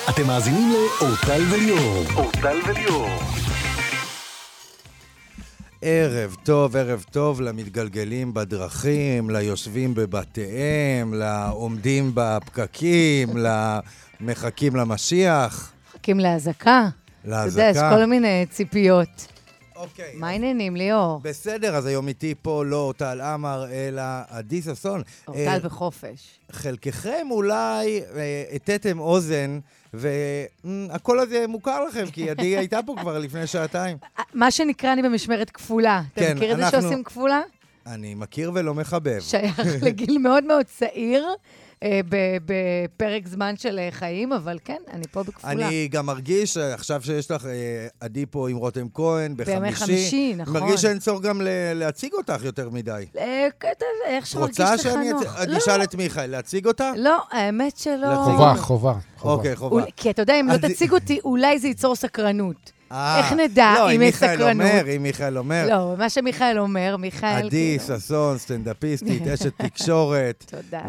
אתם מאזינים לאורטל וליאור. אורטל וליאור. ערב טוב למתגלגלים בדרכים, ליושבים בבתיהם, לעומדים בפקקים, למחכים למשיח. מחכים להזקה. אתה יודע, יש כל מיני ציפיות. אוקיי. מה העניינים, ליאור? בסדר, אז היום איתי פה לא אורטל עמר, אלא עדי ששון. אורטל בחופש. חלקכם אולי הטתם אוזן, והקול הזה מוכר לכם, כי עדי הייתה פה כבר לפני שעתיים. מה שנקרא אני במשמרת כפולה. אתה מכיר את זה שעושים כפולה? אני מכיר ולא מחבב. שייך לגיל מאוד מאוד צעיר, בפרק זמן של חיים, אבל כן, אני פה בכפולה. אני גם מרגיש, עכשיו שיש לך עדי פה עם רותם כהן, בימי חמישי, נכון. מרגיש שאין צורך גם להציג אותך יותר מדי. איך שמרגיש לך נוח. רוצה שאני אשאל את מיכאל, להציג אותה? לא, האמת שלא. חובה. אוקיי, חובה. כי אתה יודע, אם לא תציג אותי, אולי זה ייצור סקרנות. איך נדע אם יש סקרנות? לא, אם מיכאל אומר. לא, מה שמיכאל אומר, מיכאל... עדי ששון, סטנדאפיסטית, אשת תקשורת. תודה.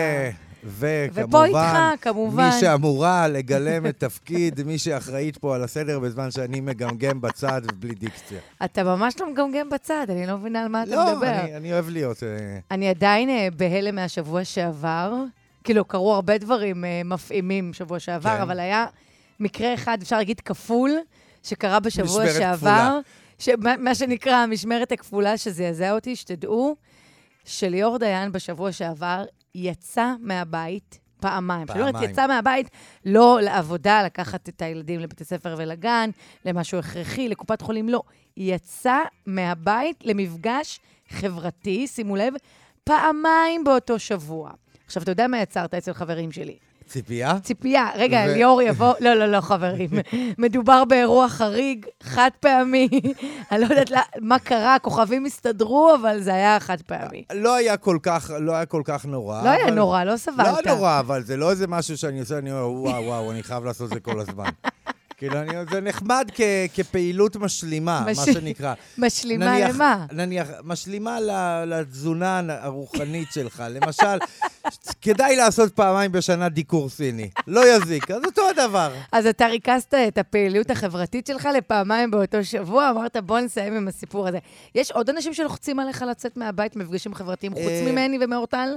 ופה איתך, כמובן. מי שאמורה לגלם את תפקיד, מי שאחראית פה על הסדר בזמן שאני מגמגם בצד ובלי דיקציה. אתה ממש לא מגמגם בצד, אני לא מבינה על מה אתה מדבר. לא, אני אוהב להיות... אני עדיין בהלם מהשבוע שעבר. כאילו, קרו הרבה דברים מפעימים שבוע שעבר, אבל היה מקרה אחד, אפשר להגיד כפול, שקרה בשבוע שעבר. מה שנקרא המשמרת הכפולה, שזעזע אותי, שתדעו, שליאור דיין בשבוע שעבר יצא מהבית פעמיים. שלא יצא מהבית, לא לעבודה, לקחת את הילדים לבית הספר ולגן, למשהו הכרחי, לקופת חולים, לא. יצא מהבית למפגש חברתי, שימו לב, פעמיים באותו שבוע. עכשיו, אתה יודע מה יצרת אצל חברים שלי? ציפייה? ציפייה. רגע, ליאור יבוא... לא, חברים. מדובר באירוע חריג, חד פעמי. אני לא יודעת מה קרה, כוכבים הסתדרו, אבל זה היה חד פעמי. לא היה כל כך נורא. לא היה נורא, לא סבלת. לא נורא, אבל זה לא איזה משהו שאני עושה, אני אומר, וואו, אני חייב לעשות זה כל הזמן. כאילו, זה נחמד כפעילות משלימה, מה שנקרא. משלימה למה? נניח, משלימה לתזונה הרוחנית שלך. למשל, כדאי לעשות פעמיים בשנה דיקור סיני. לא יזיק, אז אותו הדבר. אז אתה ריכזת את הפעילות החברתית שלך לפעמיים באותו שבוע, אמרת, בוא נסיים עם הסיפור הזה. יש עוד אנשים שלוחצים עליך לצאת מהבית, מפגשים חברתיים, חוץ ממני ומאורטל?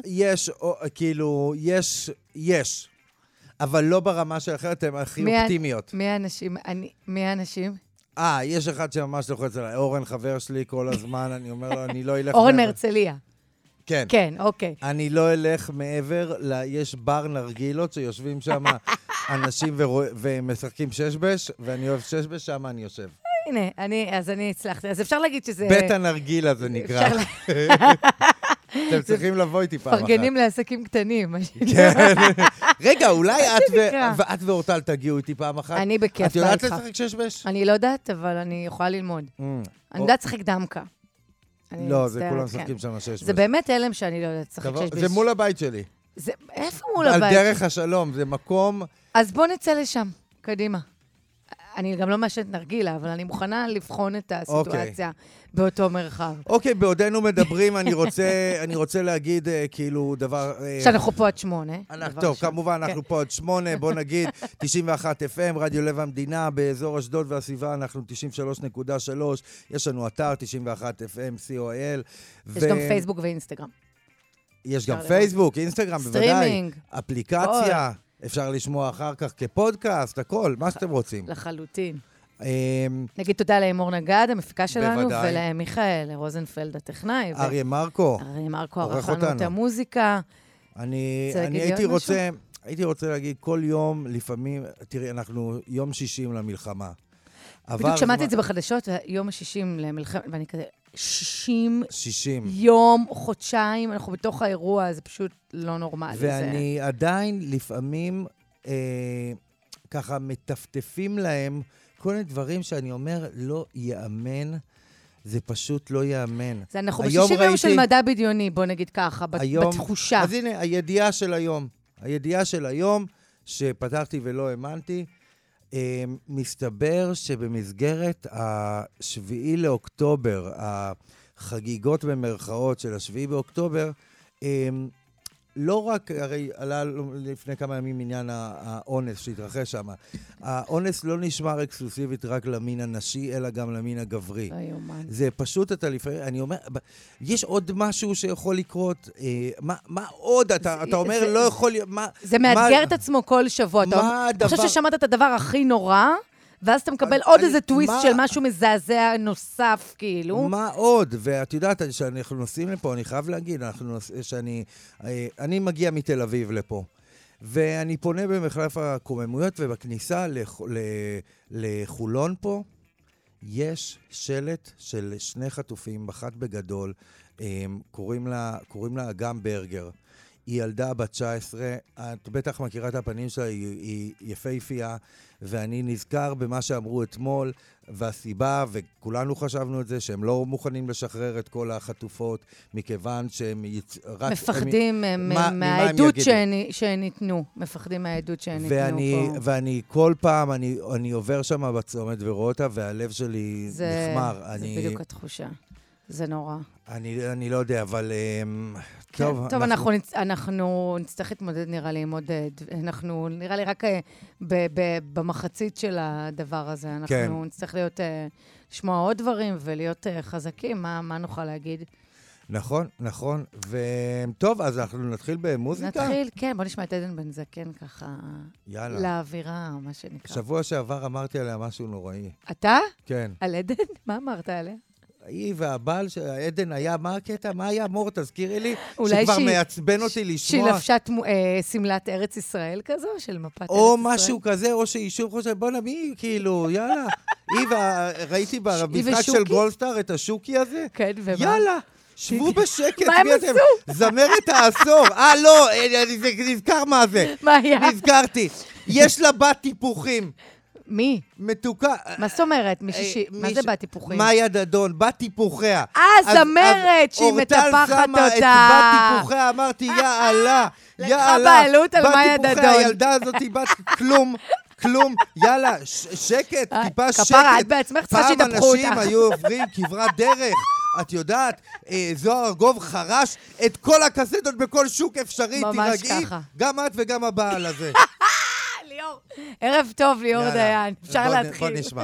יש. אבל לא ברמה של אחרת, הן הכי אופטימיות. מי האנשים? יש אחד שממש לוחץ עליי. אורן, חבר שלי כל הזמן, אני אומר לו, אני לא אלך... אורן מהרצליה. כן. כן, אוקיי. אני לא אלך מעבר, יש בר נרגילות שיושבים שם אנשים ומשחקים ששבש, ואני אוהב ששבש, שם אני יושב. הנה, אז אני הצלחתי. אז אפשר להגיד שזה... בית הנרגילה זה נקרא. אתם צריכים לבוא איתי פעם אחת. פרגנים לעסקים קטנים. כן. רגע, אולי את ואורטל תגיעו איתי פעם אחת. אני בכיף. את יודעת לשחק ששבש? אני לא יודעת, אבל אני יכולה ללמוד. אני יודעת לשחק דמקה. לא, זה כולם משחקים שם ששבש. זה באמת הלם שאני לא יודעת לשחק ששבש. זה מול הבית שלי. איפה מול הבית? על דרך השלום, זה מקום... אז בוא נצא לשם, קדימה. אני גם לא מאשרת נרגילה, אבל אני מוכנה לבחון את הסיטואציה באותו מרחב. אוקיי, בעודנו מדברים, אני רוצה להגיד כאילו דבר... שאנחנו פה עד 8. טוב, כמובן, אנחנו פה עד 8, בוא נגיד 91 FM, רדיו לב המדינה, באזור אשדוד והסביבה, אנחנו 93.3, יש לנו אתר 91 FM, COIL. יש גם פייסבוק ואינסטגרם. יש גם פייסבוק, אינסטגרם, בוודאי. סטרימינג. אפליקציה. אפשר לשמוע אחר כך כפודקאסט, הכל, מה שאתם רוצים. לחלוטין. נגיד תודה לאמור נגד, המפיקה שלנו, ולמיכאל רוזנפלד, הטכנאי. אריה מרקו. ערך לנו את המוזיקה. אני הייתי רוצה להגיד כל יום, לפעמים, תראי, אנחנו יום 60 למלחמה. בדיוק שמעתי את זה בחדשות, יום ה-60 למלחמה, ואני כזה, 60 יום, חודשיים, אנחנו בתוך האירוע, זה פשוט לא נורמלי. ואני עדיין לפעמים ככה מטפטפים להם כל מיני דברים שאני אומר, לא יאמן, זה פשוט לא יאמן. זה אנחנו ב-60 יום של מדע בדיוני, בוא נגיד ככה, בתחושה. אז הנה, הידיעה של היום, שפתחתי ולא האמנתי, מסתבר שבמסגרת השביעי לאוקטובר, החגיגות במרכאות של השביעי באוקטובר, לא רק, הרי עלה לפני כמה ימים עניין האונס שהתרחש שם. האונס לא נשמר אקסקלוסיבית רק למין הנשי, אלא גם למין הגברי. זה פשוט, אני אומר, יש עוד משהו שיכול לקרות, מה עוד? אתה אומר, לא יכול... זה מאתגר את עצמו כל שבוע. אתה חושב ששמעת את הדבר הכי נורא, ואז אתה מקבל עוד איזה טוויסט של משהו מזעזע נוסף, כאילו. מה עוד? ואת יודעת, שאנחנו נוסעים לפה, אני חייב להגיד, אני מגיע מתל אביב לפה, ואני פונה במחלף הקוממויות, ובכניסה לחולון פה, יש שלט של 2 חטופים, אחת בגדול, קוראים לה אגם ברגר. היא ילדה בת 19, את בטח מכירה את הפנים שלה, היא יפהפייה, ואני נזכר במה שאמרו אתמול, והסיבה, וכולנו חשבנו את זה, שהם לא מוכנים לשחרר את כל החטופות, מכיוון שהם מפחדים מהעדות שניתנו. מפחדים מהעדות שניתנו פה. ואני כל פעם, אני עובר שם בצומת ורואה אותה, והלב שלי נחמר. זה בדיוק התחושה. זה נורא. אני לא יודע, אבל... טוב, אנחנו נצטרך להתמודד, נראה לי, עם עוד... אנחנו, נראה לי, רק במחצית של הדבר הזה. אנחנו נצטרך לשמוע עוד דברים ולהיות חזקים. מה נוכל להגיד? נכון. וטוב, אז אנחנו נתחיל במוזיקה? נתחיל, כן. בוא נשמע את עדן בן זקן ככה... יאללה. לאווירה, מה שנקרא. שבוע שעבר אמרתי עליה משהו נוראי. אתה? כן. על עדן? מה אמרת עליה? היא והבעל של עדן היה, מה הקטע? מה היה מור? תזכירי לי, שכבר מעצבן אותי לשמוע. שהיא לבשה סמלת ארץ ישראל כזו, של מפת ארץ ישראל. או משהו כזה, או שהיא שוב חושבת, בוא נביא, כאילו, יאללה. ראיתי במשחק של גולדסטאר את השוקי הזה. כן, ומה? יאללה. שבו בשקט. מה הם עשו? זמרת העשור. לא, נזכר מה זה. מה היה? נזכרתי. יש לה בת טיפוחים. מי? מתוקה. מה זאת אומרת? מה זה בת טיפוחים? מאיה דדון, בת טיפוחיה. זמרת שהיא מטפחת אותה. אורטל שמה את בת טיפוחיה, אמרתי, יאללה. לקחה בעלות על מאיה דדון. בת טיפוחיה, הילדה הזאת היא בת כלום. יאללה, שקט, טיפה שקט. כפרה, את בעצמך צריכה שיתפחו אותך. פעם אנשים היו עוברים כברת דרך. את יודעת, זוהר ארגוב חרש את כל הקסטות בכל שוק אפשרי. ממש ככה. גם את וגם הבעל הזה. ליאור. ערב טוב, ליאור דיין. אפשר להתחיל. בוא נשמע.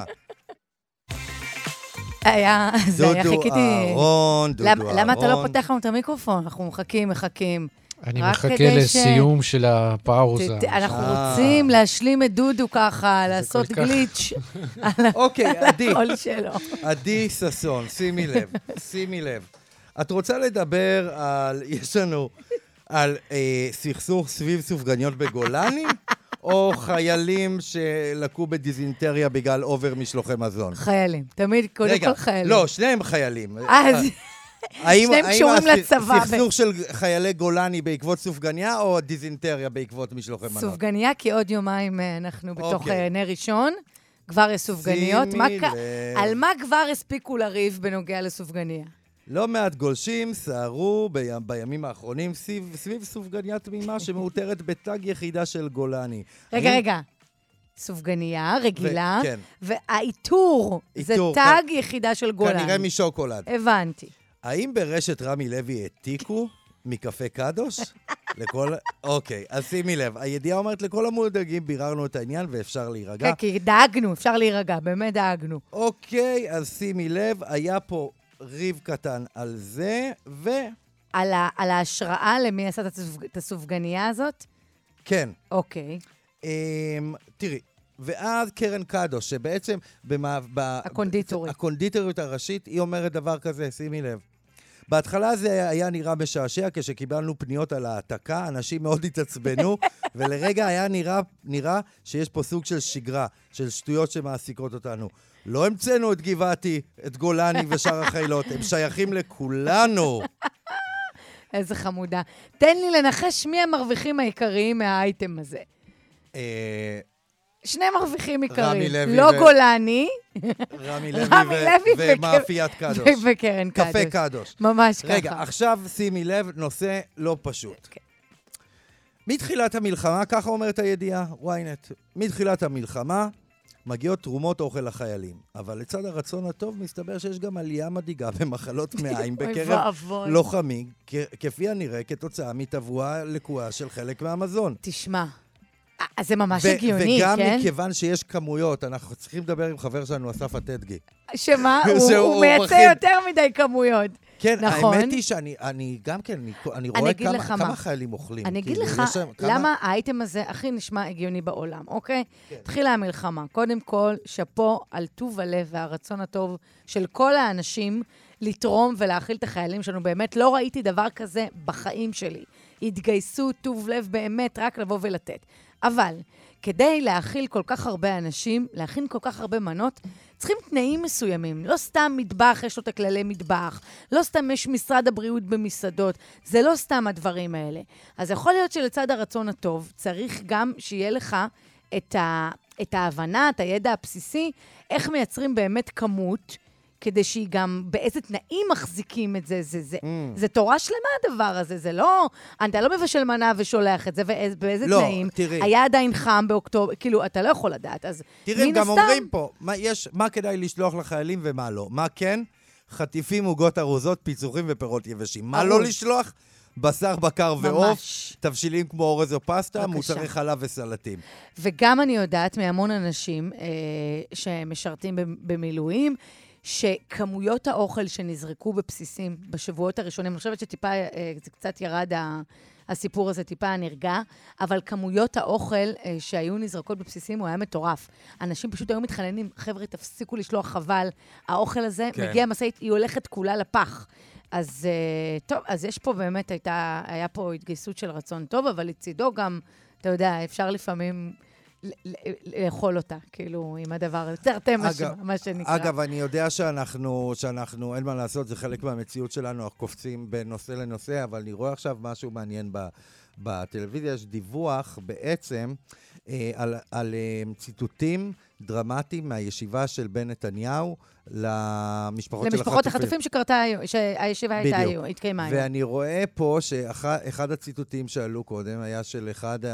זה היה חיכיתי... דודו אהרון. למה אתה לא פותח לנו את המיקרופון? אנחנו מחכים. אני מחכה לסיום של הפאוזה. אנחנו רוצים להשלים את דודו ככה, לעשות גליץ'. אוקיי, עדי ששון, שימי לב. את רוצה לדבר על, יש לנו, על סכסוך סביב סופגניות בגולני? או חיילים שלקו בדיזינטריה בגלל אובר משלוחי מזון? חיילים, תמיד קודם כל חיילים. לא, שניהם חיילים. שניהם קשורים לצבא. האם סכסוך של חיילי גולני בעקבות סופגניה, או דיזינטריה בעקבות משלוחי מזון? סופגניה, כי עוד יומיים אנחנו בתוך נר ראשון, כבר יש סופגניות. על מה כבר הספיקו לריב בנוגע לסופגניה? לא מעט גולשים סערו בימים האחרונים סביב סופגניה תמימה שמאותרת בתג יחידה של גולני. רגע. סופגניה, רגילה, והאיתור זה תג יחידה של גולני. כנראה משוקולד. הבנתי. האם ברשת רמי לוי העתיקו מקפה קדוש? אוקיי, אז שימי לב. הידיעה אומרת לכל המודאגים, ביררנו את העניין ואפשר להירגע. כן, כי דאגנו, אפשר להירגע, באמת דאגנו. אוקיי, אז שימי לב, היה פה ריב קטן על זה, על ההשראה למי עשה את הסופגניה הזאת? כן. אוקיי. תראי, ואז קרן קדוש, שבעצם הקונדיטורית הראשית, היא אומרת דבר כזה, שימי לב. בהתחלה זה היה נראה משעשע, כשקיבלנו פניות על העתקה, אנשים מאוד התעצבנו, ולרגע היה נראה שיש פה סוג של שגרה, של שטויות שמעסיקות אותנו. לא המצאנו את גבעתי, את גולני ושאר החילות, הם שייכים לכולנו. איזה חמודה. תן לי לנחש מי המרוויחים העיקריים מהאייטם הזה. שני מרוויחים עיקריים. לא גולני. רמי לוי ומאפיית קדוש. וקרן קדוש. קפה קדוש. ממש ככה. רגע, עכשיו שימי לב, נושא לא פשוט. מתחילת המלחמה, ככה אומרת הידיעה, ynet, מתחילת המלחמה, מגיעות תרומות אוכל לחיילים. אבל לצד הרצון הטוב מסתבר שיש גם עלייה מדאיגה במחלות מעיים בקרב לוחמים, כפי הנראה כתוצאה מתברואה לקויה של חלק מהמזון. תשמע, אז זה ממש הגיוני, כן? וגם מכיוון שיש כמויות, אנחנו צריכים לדבר עם חבר שלנו, אסף הטדגי. שמה? הוא מייצא יותר מדי כמויות. כן, האמת היא שאני גם כן, אני רואה כמה חיילים אוכלים. אני אגיד לך למה האייטם הזה הכי נשמע הגיוני בעולם, אוקיי? התחילה המלחמה. קודם כל, שפו על טוב הלב והרצון הטוב של כל האנשים לתרום ולהאכיל את החיילים שלנו. באמת לא ראיתי דבר כזה בחיים שלי. התגייסו טוב לב באמת רק לבוא ולתת. אבל כדי להאכיל כל כך הרבה אנשים, להכין כל כך הרבה מנות, צריכים תנאים מסוימים. לא סתם מטבח, יש לו את הכללי מטבח. לא סתם יש משרד הבריאות במסעדות. זה לא סתם הדברים האלה. אז יכול להיות שלצד הרצון הטוב, צריך גם שיהיה לך את ההבנה, את הידע הבסיסי, איך מייצרים באמת כמות, כדי שהיא גם באיזה תנאים מחזיקים את זה. זה תורה שלמה הדבר הזה, זה לא... אתה לא מבשל מנה ושולח את זה, ובאיזה תנאים. תראי. היה עדיין חם באוקטובר, כאילו, אתה לא יכול לדעת, אז תראי, גם אומרים פה, מה כדאי לשלוח לחיילים ומה לא. מה כן? חטיפים, עוגות ארוזות, פיצוחים ופירות יבשים. מה לא לשלוח? בשר, בקר ועוף, תבשילים כמו אורז או פסטה, מוצרי חלב וסלטים. וגם אני יודעת מהמון אנשים שמשרתים במילואים, שכמויות האוכל שנזרקו בבסיסים בשבועות הראשונים, אני חושבת שטיפה, זה קצת ירד, הסיפור הזה טיפה נרגע, אבל כמויות האוכל שהיו נזרקות בבסיסים, הוא היה מטורף. אנשים פשוט היו מתחננים, חבר'ה, תפסיקו לשלוח חבל. האוכל הזה מגיע מסעית, היא הולכת כולה לפח. אז טוב, אז יש פה באמת, היה פה התגייסות של רצון טוב, אבל לצידו גם, אתה יודע, אפשר לפעמים לאכול אותה, כאילו, עם הדבר הזה. תרתי משמע, מה שנקרא. אגב, אני יודע שאנחנו, אין מה לעשות, זה חלק מהמציאות שלנו, אנחנו קופצים בין נושא לנושא, אבל אני רואה עכשיו משהו מעניין בטלוויזיה, יש דיווח בעצם על ציטוטים דרמטיים מהישיבה של בן נתניהו למשפחות של החטופים. למשפחות החטופים שקרתה היום, שהישיבה הייתה היום, התקיימה היום. ואני רואה פה שאחד הציטוטים שעלו קודם היה של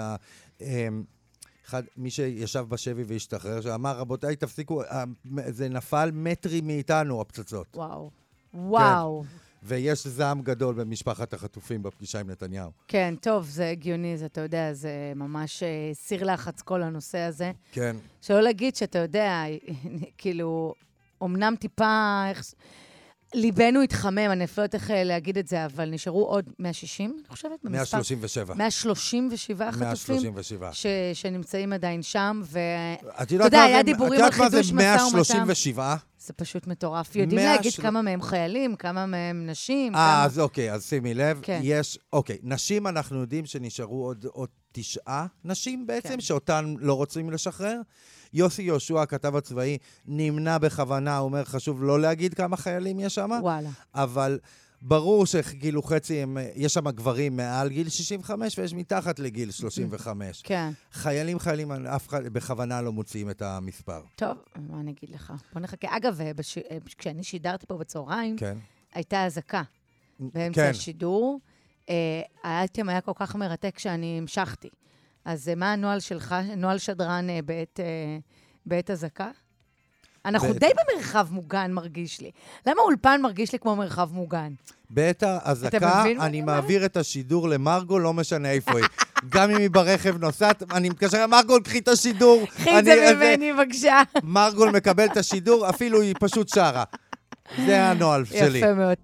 מי שישב בשבי והשתחרר, שאמר, רבותיי, תפסיקו, זה נפל מטרים מאיתנו, הפצצות. וואו. ויש זעם גדול במשפחת החטופים בפגישה עם נתניהו. כן, טוב, זה הגיוני, זה, אתה יודע, זה ממש סיר לחץ כל הנושא הזה. כן. שלא להגיד שאתה יודע, כאילו, אמנם טיפה, ליבנו התחמם, אני לא יודעת איך להגיד את זה, אבל נשארו עוד 160, אני חושבת? 137. 137 חטופים. 137. שנמצאים עדיין שם, אתה יודע, היה דיבורים על חידוש משא ומתן. 137? זה פשוט מטורף. יודעים להגיד כמה מהם חיילים, כמה מהם נשים. אז אוקיי, אז שימי לב. יש, אוקיי, נשים אנחנו יודעים שנשארו עוד 9 נשים בעצם, שאותן לא רוצים לשחרר. יוסי יהושע, הכתב הצבאי, נמנע בכוונה, הוא אומר, חשוב לא להגיד כמה חיילים יש שם. וואלה. אבל ברור שגילו חצי, יש שם גברים מעל גיל 65 ויש מתחת לגיל 35. כן. חיילים, אף אחד בכוונה לא מוציאים את המספר. טוב, מה אני אגיד לך? בוא נחכה. אגב, כשאני שידרתי פה בצהריים, הייתה אזעקה באמצע השידור. האייטם היה כל כך מרתק שאני המשכתי. אז מה הנוהל שלך, נוהל שדרן בעת אזעקה? אנחנו די במרחב מוגן מרגיש לי. למה אולפן מרגיש לי כמו מרחב מוגן? בעת האזעקה אני מעביר את השידור למרגו, לא משנה איפה היא. גם אם היא ברכב נוסעת, אני מתקשר, מרגול, קחי את השידור. קחי את זה ממני, בבקשה. מרגול מקבל את השידור, אפילו היא פשוט שרה. זה הנוהל שלי. יפה מאוד.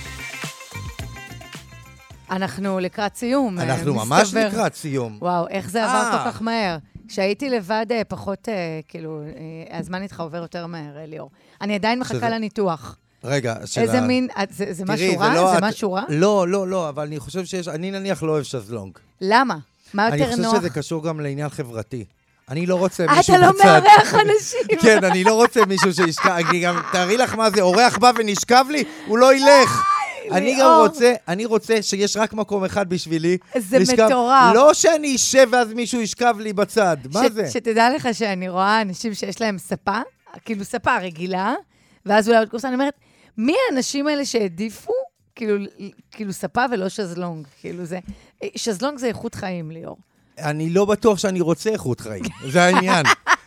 אנחנו לקראת סיום. אנחנו ממש לקראת סיום. וואו, איך זה עבר כל כך מהר. כשהייתי לבד פחות, כאילו, הזמן איתך עובר יותר מהר, ליאור. אני עדיין מחכה לניתוח. רגע, איזה מין, זה משהו רע? זה משהו רע? לא, אבל אני חושב אני נניח לא אוהב שזלונג. למה? מה יותר נוח? אני חושב שזה קשור גם לעניין חברתי. אני לא רוצה מישהו בצד. אתה לא מארח אנשים. כן, אני לא רוצה מישהו שישכב. תארי לך מה זה, אורח בא ונשכב לי, הוא לא ילך. אני רוצה שיש רק מקום אחד בשבילי. זה מטורף. לא שאני אשב ואז מישהו ישכב לי בצד. מה זה? שתדע לך שאני רואה אנשים שיש להם ספה, כאילו ספה רגילה, ואז אולי עוד קורסה, אני אומרת, מי האנשים האלה שהעדיפו, כאילו ספה ולא שזלונג? כאילו זה, שזלונג זה איכות חיים, ליאור. אני לא בטוח שאני רוצה איכות חיים. זה העניין.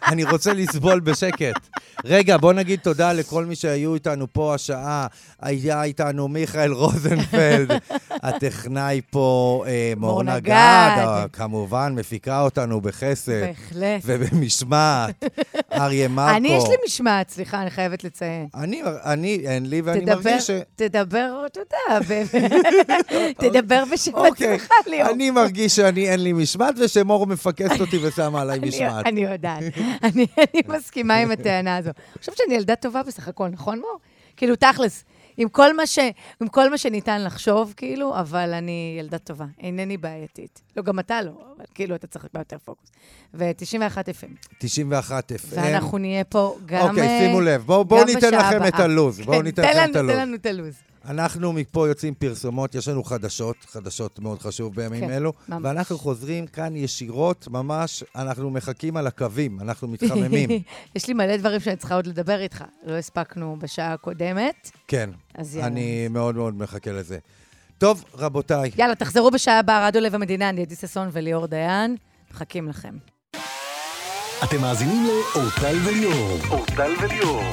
אני רוצה לסבול בשקט. רגע, בוא נגיד תודה לכל מי שהיו איתנו פה השעה. היה איתנו מיכאל רוזנפלד, הטכנאי פה מור נגד, כמובן, מפיקה אותנו בחסד. בהחלט. ובמשמעת. אריה מרקו. אני, יש לי משמעת, סליחה, אני חייבת לציין. אין לי, ואני מרגיש ש... תדבר, תודה, תדבר בשם עצמך, ליאור. אני מרגיש אין לי משמעת, ושמור מפקסת אותי ושמה עליי משמעת. אני יודעת. אני מסכימה עם הטענה הזו. אני חושבת שאני ילדה טובה בסך הכל, נכון, מור? כאילו, תכלס, עם כל מה שניתן לחשוב, כאילו, אבל אני ילדה טובה. אינני בעייתית. לא, גם אתה לא, אבל כאילו, אתה צריך יותר פוקוס. ו-91 FM. 91 FM. ואנחנו נהיה פה גם... אוקיי, שימו לב. בואו ניתן לכם את הלוז. תן לנו את הלוז. אנחנו מפה יוצאים פרסומות, יש לנו חדשות מאוד חשוב בימים אלו, ואנחנו חוזרים כאן ישירות, ממש, אנחנו מחכים על הקווים, אנחנו מתחממים. יש לי מלא דברים שאני צריכה עוד לדבר איתך, לא הספקנו בשעה הקודמת. כן, אני מאוד מאוד מחכה לזה. טוב, רבותיי. יאללה, תחזרו בשעה הבאה, רדיו לב המדינה, אני עדי ששון וליאור דיין, מחכים לכם. אתם מאזינים לאורטל וליאור. אורטל וליאור.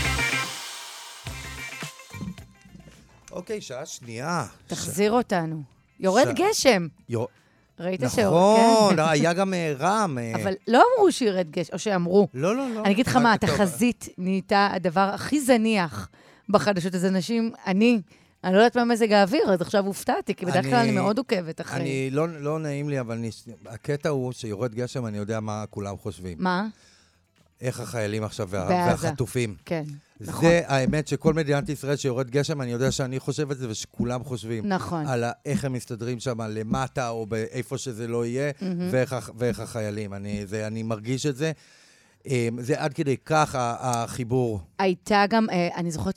אוקיי, שעה שנייה. תחזיר אותנו. יורד גשם. ראית נכון, היה גם רם. אבל לא אמרו שירד גשם, או שאמרו. לא. אני אגיד לך מה, התחזית נהייתה הדבר הכי זניח בחדשות. אז אנשים, אני לא יודעת מה מזג האוויר, אז עכשיו הופתעתי, כי בדרך כלל אני מאוד עוקבת אחרי. אני לא נעים לי, אבל הקטע הוא שיורד גשם, אני יודע מה כולם חושבים. מה? איך החיילים עכשיו והחטופים. כן, נכון. זה האמת שכל מדינת ישראל שיורד גשם, אני יודע שאני חושב את זה ושכולם חושבים. נכון. על איך הם מסתדרים שם למטה או באיפה שזה לא יהיה, ואיך החיילים. אני מרגיש את זה. זה עד כדי כך החיבור. הייתה גם, אני זוכרת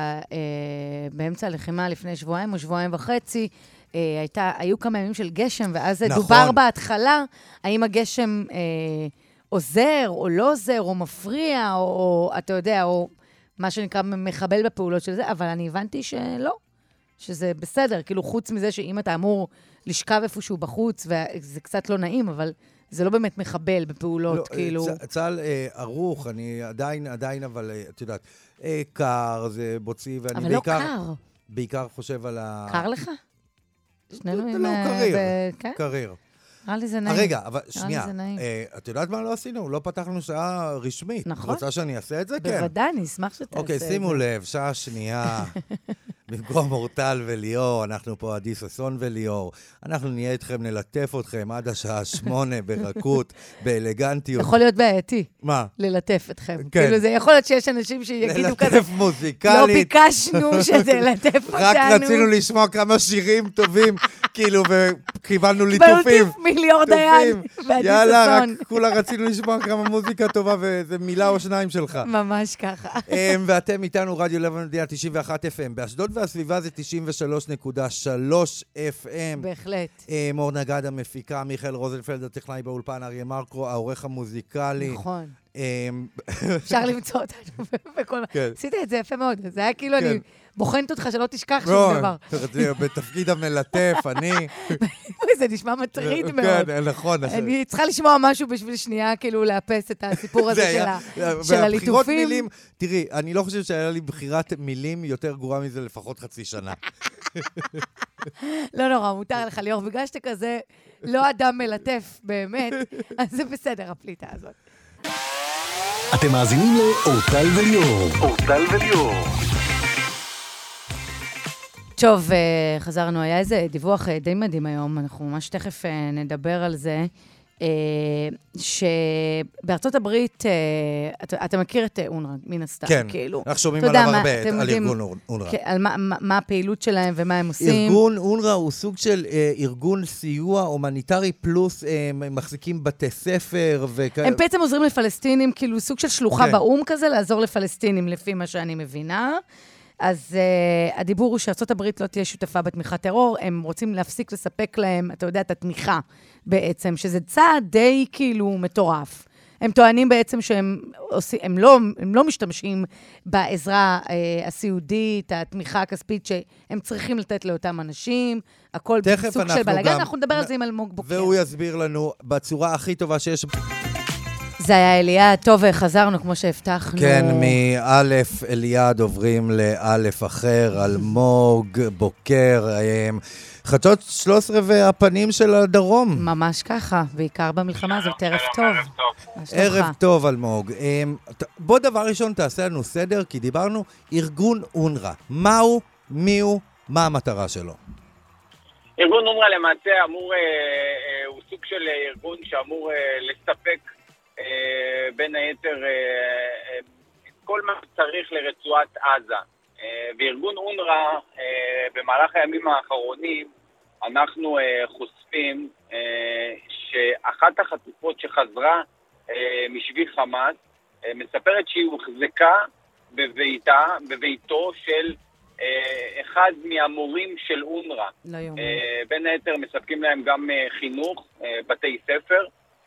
שבאמצע הלחימה לפני שבועיים או שבועיים וחצי, היו כמה ימים של גשם, ואז דובר בהתחלה, האם הגשם עוזר או לא עוזר, או מפריע, או אתה יודע, או מה שנקרא מחבל בפעולות של זה, אבל אני הבנתי שלא, שזה בסדר, כאילו חוץ מזה שאם אתה אמור לשכב איפשהו בחוץ, וזה קצת לא נעים, אבל זה לא באמת מחבל בפעולות, כאילו... צה"ל ערוך, אני עדיין, אבל את יודעת, קר, זה בוצי, ואני אבל לא קר. בעיקר חושב על קר לך? שנינו עם... לא, קריר. נראה לי זה נעים. רגע, אבל שנייה, את יודעת מה לא עשינו? לא פתחנו שעה רשמית. נכון. רוצה שאני אעשה את זה? כן. בוודאי, אני אשמח שתעשה את זה. אוקיי, שימו לב, שעה שנייה. במקום אורטל וליאור, אנחנו פה עדי ששון וליאור. אנחנו נהיה איתכם, נלטף אתכם עד השעה 8 ברכות, באלגנטיות. יכול להיות בעייתי. מה? ללטף אתכם. כן. כאילו, זה יכול להיות שיש אנשים שיגידו כזה... ללטף מוזיקלית. לא ביקשנו שזה ללטף אותנו. רק רצינו לשמוע כמה שירים טובים, כאילו, וקיבלנו ליטופים. בלטיף מיליאור דיין ועדי ששון. יאללה, רק כולה רצינו לשמוע כמה מוזיקה טובה, וזה מילה או שניים שלך. ממש ככה. ואתם איתנו רדיו לב המדינה 91 FM. באשדוד והסביבה זה 93.3 FM. בהחלט. מור נגד המפיקה, מיכאל רוזנפלד, הטכנאי באולפן, אריה מרקו, העורך המוזיקלי. נכון. אפשר למצוא אותנו בכל... עשית את זה יפה מאוד. זה היה כאילו אני בוחנת אותך שלא תשכח שום דבר. בתפקיד המלטף, אני... זה נשמע מטריד מאוד. כן, נכון. אני צריכה לשמוע משהו בשביל שנייה, כאילו לאפס את הסיפור הזה של הליטופים. תראי, אני לא חושב שהיה לי בחירת מילים יותר גרועה מזה לפחות חצי שנה. לא נורא, מותר לך ליאור, בגלל שאתה כזה לא אדם מלטף באמת, אז זה בסדר הפליטה הזאת. אתם מאזינים לאורטל וליאור. אורטל וליאור. טוב, חזרנו, היה איזה דיווח די מדהים היום, אנחנו ממש תכף נדבר על זה, שבארצות הברית, אתה מכיר את אונר"א, מן הסתם, כן, כאילו. אנחנו שומעים עליו הרבה, על ארגון אונר"א. על מה הפעילות שלהם ומה הם עושים. ארגון אונר"א הוא סוג של ארגון סיוע הומניטרי פלוס, הם מחזיקים בתי ספר וכאלה. הם בעצם עוזרים לפלסטינים, כאילו סוג של שלוחה באום כזה, לעזור לפלסטינים לפי מה שאני מבינה. אז הדיבור הוא שארצות הברית לא תהיה שותפה בתמיכת טרור, הם רוצים להפסיק לספק להם, אתה יודע, את התמיכה בעצם, שזה צעד די כאילו מטורף. הם טוענים בעצם שהם לא משתמשים בעזרה הסיעודית, התמיכה הכספית שהם צריכים לתת לאותם אנשים, הכל בסוג של בלגן, אנחנו נדבר על זה עם אלמוג בוקר. והוא יסביר לנו בצורה הכי טובה שיש... זה היה אליעד, טוב, חזרנו כמו שהבטחנו. כן, מאלף אליעד עוברים לאלף אחר, אלמוג, בוקר, חדשות 13 והפנים של הדרום. ממש ככה, בעיקר במלחמה הזאת, ערב טוב. ערב טוב, אלמוג. בוא דבר ראשון תעשה לנו סדר, כי דיברנו ארגון אונר"א. מהו, מיהו, מה המטרה שלו? ארגון אונר"א למעשה הוא סוג של ארגון שאמור לספק בין היתר כל מה שצריך לרצועת עזה. בארגון אונר"א במהלך הימים האחרונים אנחנו חושפים שאחת החטופות שחזרה משבי חמאס מספרת שהיא הוחזקה בביתו של אחד מהמורים של אונר"א. בין היתר מספקים להם גם חינוך, בתי ספר,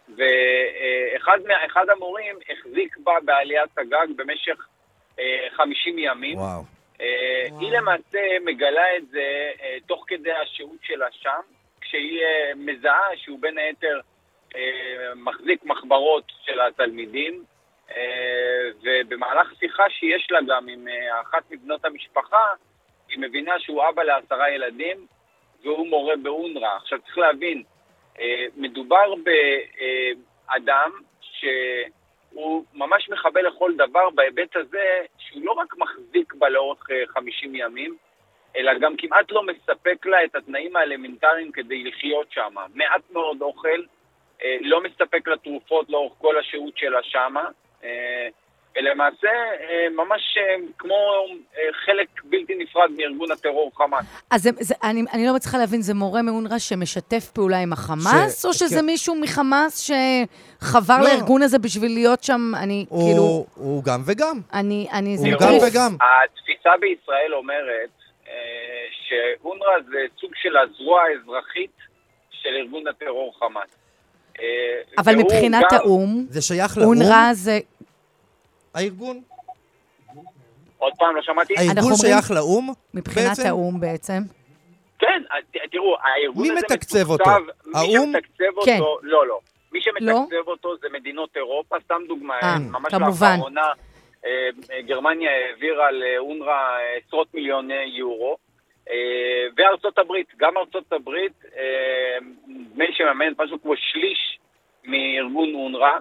ואחד המורים החזיק בה בעליית הגג במשך 50 ימים. וואו. היא למעשה מגלה את זה תוך כדי השהות שלה שם, כשהיא מזהה שהוא בין היתר מחזיק מחברות של התלמידים, ובמהלך שיחה שיש לה גם עם אחת מבנות המשפחה, היא מבינה שהוא אבא ל10 ילדים, והוא מורה באונר"א. עכשיו צריך להבין, מדובר באדם שהוא ממש מחבל לכל דבר בהיבט הזה, שהוא לא רק מחזיק בה לאורך 50 ימים, אלא גם כמעט לא מספק לה את התנאים האלמנטריים כדי לחיות שם. מעט מאוד אוכל, לא מספק לה תרופות לאורך כל השהות שלה שם, ולמעשה ממש כמו חלק בלתי נפרד מארגון הטרור חמאס. אז אני לא מצליחה להבין, זה מורה מאונר"א שמשתף פעולה עם החמאס, או שזה מישהו מחמאס שחבר לארגון הזה בשביל להיות שם? הוא גם וגם. הוא גם וגם. התפיסה בישראל אומרת שאונר"א זה סוג של הזרוע האזרחית של ארגון הטרור חמאס. אבל מבחינת האום, זה שייך לאום? אונר"א זה... הארגון? עוד פעם, לא שמעתי. הארגון שייך לאום? מבחינת האום בעצם? כן, תראו, הארגון הזה מתקצב אותו? האום? מי שמתקצב אותו, לא. מי שמתקצב אותו זה מדינות אירופה, סתם דוגמה, ממש לאחרונה, גרמניה העבירה לאונר"א עשרות מיליוני יורו, וארצות הברית, גם ארצות הברית, מי שמאמנת משהו כמו שליש מארגון אונר"א,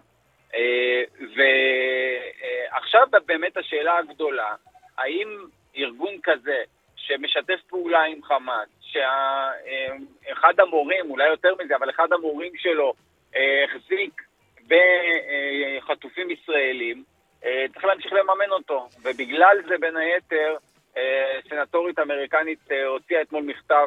ועכשיו באמת השאלה הגדולה, האם ארגון כזה שמשתף פעולה עם חמאס, שאחד המורים, אולי יותר מזה, אבל אחד המורים שלו החזיק בחטופים ישראלים, צריך להמשיך לממן אותו, ובגלל זה בין היתר סנטורית אמריקנית הוציאה אתמול מכתב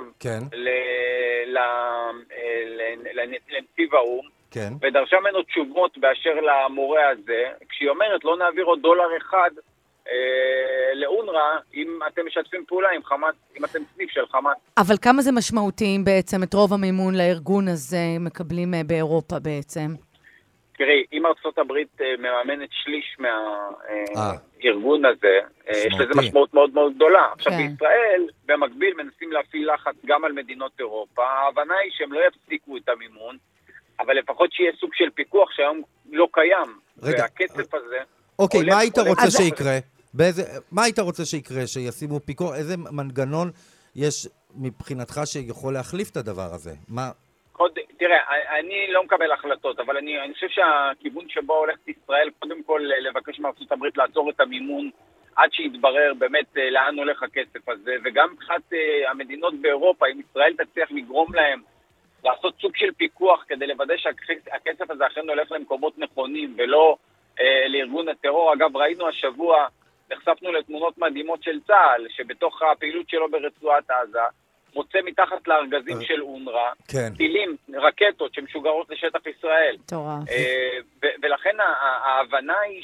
לנציב האום, ודרשה ממנו תשובות באשר למורה הזה, כשהיא אומרת לא נעביר עוד $1 לאונר"א אם אתם משתפים פעולה עם חמאס, אם אתם סניף של חמאס. אבל כמה זה משמעותי בעצם את רוב המימון לארגון הזה מקבלים באירופה בעצם? תראי, אם ארצות הברית מממנת שליש מהארגון הזה, יש לזה משמעות מאוד מאוד גדולה. עכשיו בישראל, במקביל מנסים להפעיל לחץ גם על מדינות אירופה, ההבנה היא שהם לא יפסיקו את המימון, אבל לפחות שיהיה סוג של פיקוח שהיום לא קיים. והכסף הזה... אוקיי, מה היית רוצה שיקרה? מה היית רוצה שיקרה? שישימו פיקוח? איזה מנגנון יש מבחינתך שיכול להחליף את הדבר הזה? מה... תראה, אני לא מקבל החלטות, אבל אני חושב שהכיוון שבו הולכת ישראל, קודם כל לבקש מארצות הברית לעצור את המימון עד שיתברר באמת לאן הולך הכסף הזה, וגם מבחינת המדינות באירופה, אם ישראל תצליח לגרום להם לעשות סוג של פיקוח כדי לוודא שהכסף הזה אכן הולך למקומות נכונים ולא לארגון הטרור. אגב, ראינו השבוע, נחשפנו לתמונות מדהימות של צה"ל, שבתוך הפעילות שלו ברצועת עזה, מוצא מתחת לארגזים של אונר"א, טילים, רקטות שמשוגרות לשטח ישראל. ולכן ההבנה היא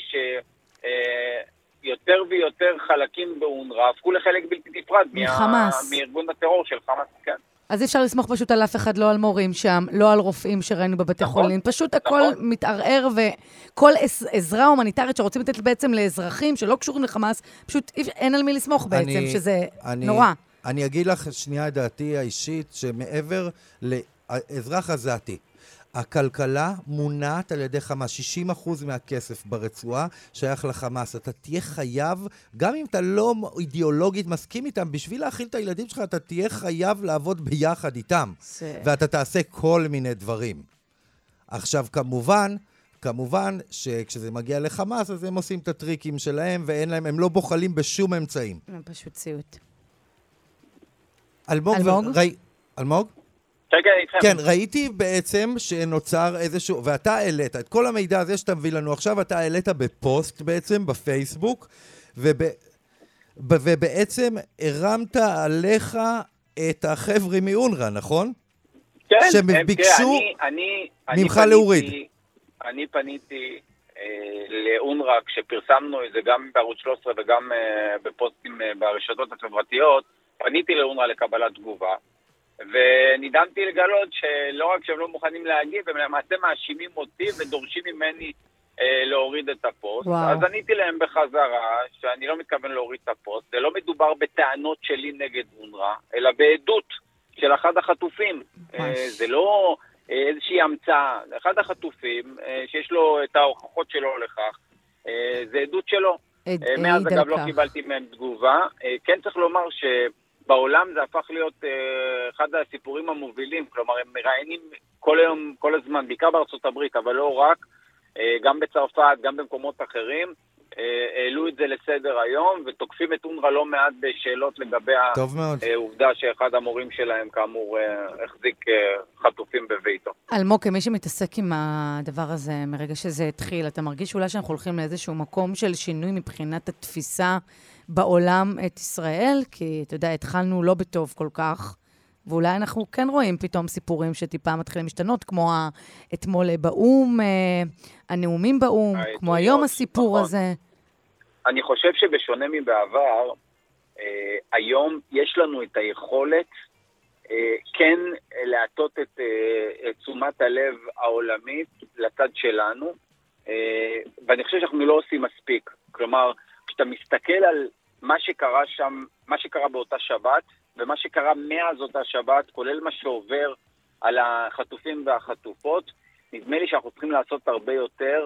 שיותר ויותר חלקים באונר"א הפכו לחלק בלתי נפרד מארגון הטרור של חמאס. כן. אז אפשר לסמוך פשוט על אף אחד, לא על מורים שם, לא על רופאים שראינו בבתי חולים. פשוט הכל מתערער, וכל עזרה הומניטרית שרוצים לתת בעצם לאזרחים שלא קשורים לחמאס, פשוט אין על מי לסמוך בעצם, שזה נורא. אני אגיד לך שנייה את דעתי האישית, שמעבר לאזרח עזתי, הכלכלה מונעת על ידי חמאס, 60% מהכסף ברצועה שייך לחמאס. אתה תהיה חייב, גם אם אתה לא אידיאולוגית מסכים איתם, בשביל להאכיל את הילדים שלך, אתה תהיה חייב לעבוד ביחד איתם. ואתה תעשה כל מיני דברים. עכשיו, כמובן שכשזה מגיע לחמאס, אז הם עושים את הטריקים שלהם, ואין להם, הם לא בוחלים בשום אמצעים. הם פשוט ציוט. אלמוג? כן, ראיתי בעצם שנוצר איזשהו, ואתה העלית את כל המידע הזה שאתה מביא לנו עכשיו, אתה העלית בפוסט בעצם, בפייסבוק, ובעצם הרמת עליך את החבר'ה מאונר"א, נכון? כן, שהם ביקשו ממך להוריד. אני פניתי לאונר"א כשפרסמנו את זה גם בערוץ 13 וגם בפוסטים ברשתות החברתיות, פניתי לאונר"א לקבלת תגובה. ונדהמתי לגלות שלא רק שהם לא מוכנים להגיב, הם למעשה מאשימים אותי ודורשים ממני להוריד את הפוסט. אז עניתי להם בחזרה שאני לא מתכוון להוריד את הפוסט. זה לא מדובר בטענות שלי נגד אונר"א, אלא בעדות של אחד החטופים. זה לא איזושהי המצאה. אחד החטופים שיש לו את ההוכחות שלו לכך, זה עדות שלו. מאז אגב לא קיבלתי מהם תגובה. כן צריך לומר בעולם זה הפך להיות אחד הסיפורים המובילים, כלומר הם מראיינים כל היום, כל הזמן, בעיקר בארצות הברית, אבל לא רק, גם בצרפת, גם במקומות אחרים, העלו את זה לסדר היום, ותוקפים את אונר"א לא מעט בשאלות לגבי העובדה שאחד המורים שלהם כאמור החזיק חטופים בביתו. אלמוג, כמי שמתעסק עם הדבר הזה מרגע שזה התחיל, אתה מרגיש אולי שאנחנו הולכים לאיזשהו מקום של שינוי מבחינת התפיסה בעולם את ישראל? כי אתה יודע, התחלנו לא בטוב כל כך, ואולי אנחנו כן רואים פתאום סיפורים שטיפה מתחילים להשתנות, כמו אתמול באום, הנאומים באום, כמו היום הסיפור הזה. אני חושב שבשונה מבעבר, היום יש לנו את היכולת כן להטות את תשומת הלב העולמית לצד שלנו, ואני חושב שאנחנו לא עושים מספיק. כלומר, כשאתה מסתכל על מה שקרה שם, מה שקרה באותה שבת, ומה שקרה מאז אותה שבת, כולל מה שעובר על החטופים והחטופות, נדמה לי שאנחנו צריכים לעשות הרבה יותר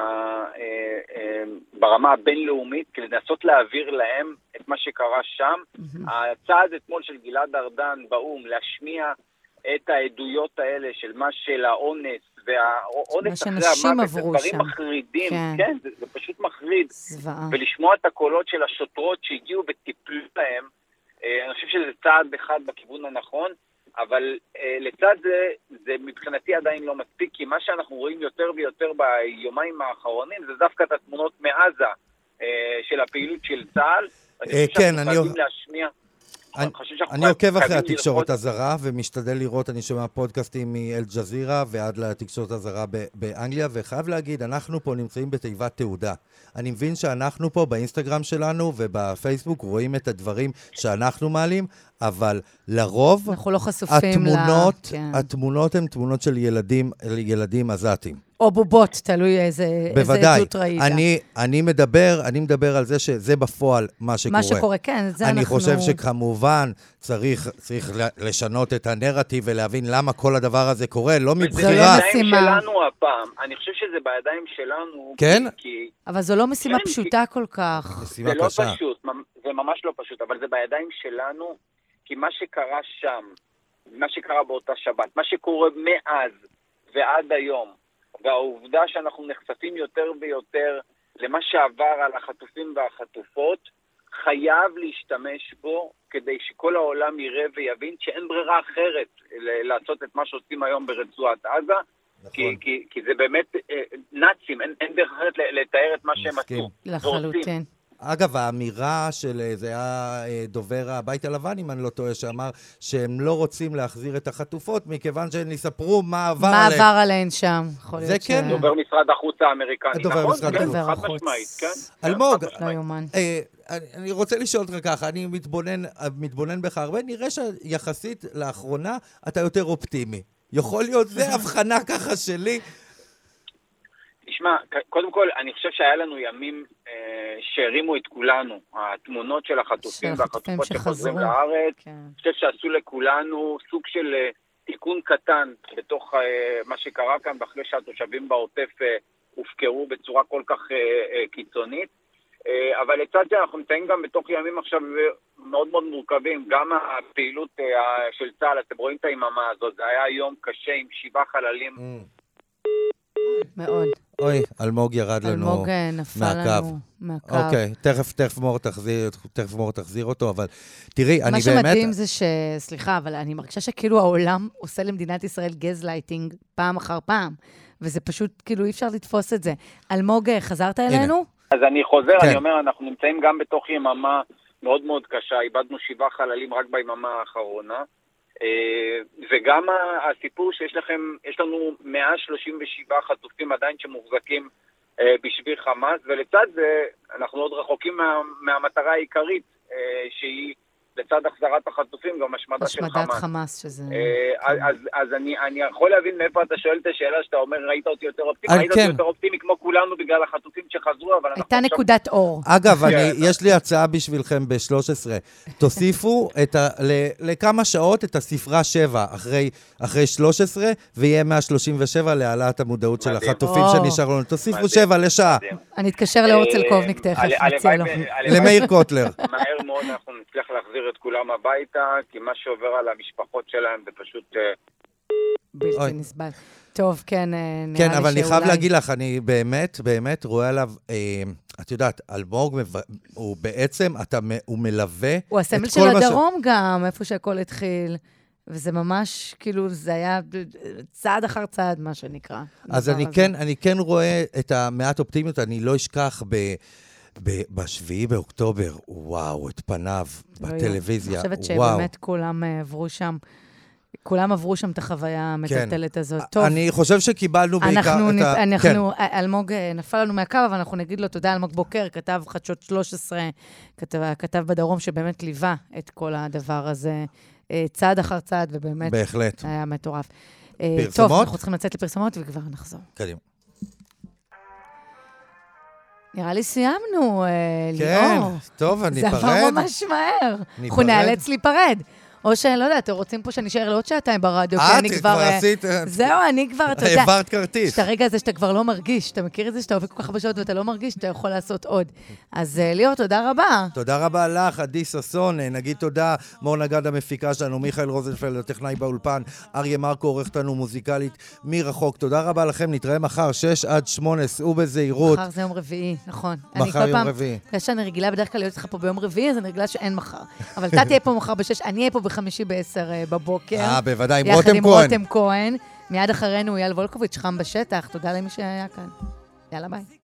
ברמה הבינלאומית, כדי לנסות להעביר להם את מה שקרה שם. הצעד אתמול של גלעד ארדן באום, להשמיע את העדויות האלה של מה של האונס, והאונס אחרי המוות, זה דברים מחרידים, כן, זה פשוט מחריד. ולשמוע את הקולות של השוטרות שהגיעו וטיפלו להם, אני חושב שזה צעד אחד בכיוון הנכון, אבל לצד זה מבחינתי עדיין לא מספיק, כי מה שאנחנו רואים יותר ויותר ביומיים האחרונים, זה דווקא את התמונות מעזה של הפעילות של צה"ל. כן, אני עוקב אחרי התקשורת הזרה ומשתדל לראות, אני שומע פודקאסטים מאל-ג'זירה ועד לתקשורת הזרה באנגליה, וחייב להגיד, אנחנו פה נמצאים בתיבת תעודה. אני מבין שאנחנו פה באינסטגרם שלנו ובפייסבוק רואים את הדברים שאנחנו מעלים, אבל לרוב אנחנו לא חשופים התמונות הן תמונות של ילדים עזתים. או בובות, תלוי איזה עדות ראית. בוודאי. אני מדבר על זה שזה בפועל מה שקורה. מה שקורה, כן. אני חושב שכמובן צריך לשנות את הנרטיב ולהבין למה כל הדבר הזה קורה, לא מבחירה. זה בידיים שלנו הפעם. אני חושב שזה בידיים שלנו. כן? אבל זו לא משימה פשוטה כל כך. זה לא פשוט, זה ממש לא פשוט, אבל זה בידיים שלנו, כי מה שקרה שם, מה שקרה באותה שבת, מה שקורה מאז ועד היום, והעובדה שאנחנו נחשפים יותר ויותר למה שעבר על החטופים והחטופות, חייב להשתמש בו כדי שכל העולם יראה ויבין שאין ברירה אחרת לעשות את מה שעושים היום ברצועת עזה, נכון. כי זה באמת נאצים, אין דרך אחרת לתאר את מה שהם עשו. לחלוטין. אגב, האמירה של זה היה דובר הבית הלבן, אם אני לא טועה, שאמר שהם לא רוצים להחזיר את החטופות, מכיוון שהם יספרו מה עבר עליהם. מה עבר עליהן שם. זה כן. דובר משרד החוץ האמריקני. דובר משרד החוץ. חד משמעית, כן? אלמוג, לא יומן. אני רוצה לשאול אותך ככה, אני מתבונן בך הרבה, נראה שיחסית לאחרונה אתה יותר אופטימי. יכול להיות, זה הבחנה ככה שלי. תשמע, קודם כל, אני חושב שהיה לנו ימים שהרימו את כולנו, התמונות של החטופים והחטופות שחוזרים לארץ. אני חושב שעשו לכולנו סוג של תיקון קטן בתוך מה שקרה כאן, ואחרי שהתושבים בעוטף הופקרו בצורה כל כך קיצונית. אבל לצד זה אנחנו נמצאים גם בתוך ימים עכשיו מאוד מאוד מורכבים, גם הפעילות של צה"ל, אתם רואים את היממה הזאת, זה היה יום קשה עם 7 חללים. מאוד. אוי, אלמוג ירד לנו אלמוג נפל לנו מהקו. אוקיי, תכף מור תחזיר אותו, אבל תראי, אני באמת... מה שמדהים זה סליחה, אבל אני מרגישה שכאילו העולם עושה למדינת ישראל גזלייטינג פעם אחר פעם, וזה פשוט כאילו אי אפשר לתפוס את זה. אלמוג, חזרת אלינו? אז אני חוזר, אני אומר, אנחנו נמצאים גם בתוך יממה מאוד מאוד קשה, איבדנו 7 חללים רק ביממה האחרונה, וגם הסיפור שיש לכם, יש לנו 137 חטופים עדיין שמוחזקים בשבי חמאס, ולצד זה אנחנו עוד רחוקים מהמטרה העיקרית, שהיא לצד החזרת החטופים, גם השמדה של חמאס. השמדת חמאס, שזה... אז אני יכול להבין מאיפה אתה שואל את השאלה שאתה אומר, ראית אותי יותר אופטימי, ראית אותי יותר אופטימי כמו כולנו בגלל החטופים שחזרו, אבל אנחנו... הייתה נקודת אור. אגב, יש לי הצעה בשבילכם ב-13. תוסיפו לכמה שעות את הספרה 7 אחרי 13, ויהיה 137 להעלאת המודעות של החטופים שנשאר לנו. תוסיפו 7 לשעה. אני אתקשר לאורצל קובניק תכף, נציע לו. למאיר קוטלר. מהר מאוד אנחנו נצליח להחזיר את כולם הביתה, כי מה שעובר על המשפחות שלהם זה פשוט... בלתי נסבל. טוב, כן, נראה לי כן, אבל אני חייב שאולי... להגיד לך, אני באמת רואה עליו, את יודעת, אלמוג, הוא בעצם, הוא מלווה את כל הוא הסמל של הדרום גם, איפה שהכל התחיל. וזה ממש, כאילו, זה היה צעד אחר צעד, מה שנקרא. אז אני כן רואה את המעט אופטימיות, אני לא אשכח ב7 באוקטובר, וואו, את פניו בטלוויזיה, אני חושבת שבאמת כולם עברו שם את החוויה המטלטלת הזאת. טוב. אני חושב שקיבלנו בעיקר אלמוג נפל לנו מהקו, אבל אנחנו נגיד לו תודה, אלמוג בוקר, כתב חדשות 13, כתב בדרום שבאמת ליווה את כל הדבר הזה, צעד אחר צעד, ובאמת בהחלט. היה מטורף. פרסומות? טוב, אנחנו צריכים לצאת לפרסומות וכבר נחזור. קדימה. נראה לי סיימנו, כן, ליאור. טוב, אני אפרד. זה עבר ממש מהר. אנחנו נאלץ להיפרד. או שלא יודע, אתם רוצים פה שנשאר לעוד שעתיים ברדיו, כי אני כבר... עשית... זהו, אני כבר, אתה יודע... העברת כרטיס. את הרגע הזה שאתה כבר לא מרגיש, אתה מכיר את זה שאתה עובד כל כך בשעות ואתה לא מרגיש, אתה יכול לעשות עוד. אז ליאור, תודה רבה. תודה רבה לך, עדי ששון, נגיד תודה, מור נגד המפיקה שלנו, מיכאל רוזנפלד, הטכנאי באולפן, אריה מרקו, עורכת לנו מוזיקלית מרחוק. תודה רבה לכם, נתראה מחר, 6-8, סעו בזהירות. מחר זה יום רביעי, נכון. מחר יום רביעי. בגלל שאני רגילה בדרך כלל להיות איתך פה ביום רביעי, אז אני רגילה שאין מחר. אבל אתה תהיה פה מחר ב-6, אני אהיה פה ב-5 ב-10 בבוקר. בוודאי, עם יחד רותם עם כהן. רותם כהן. מיד אחרינו אייל וולקוביץ' חם בשטח. תודה למי שהיה כאן. יאללה ביי.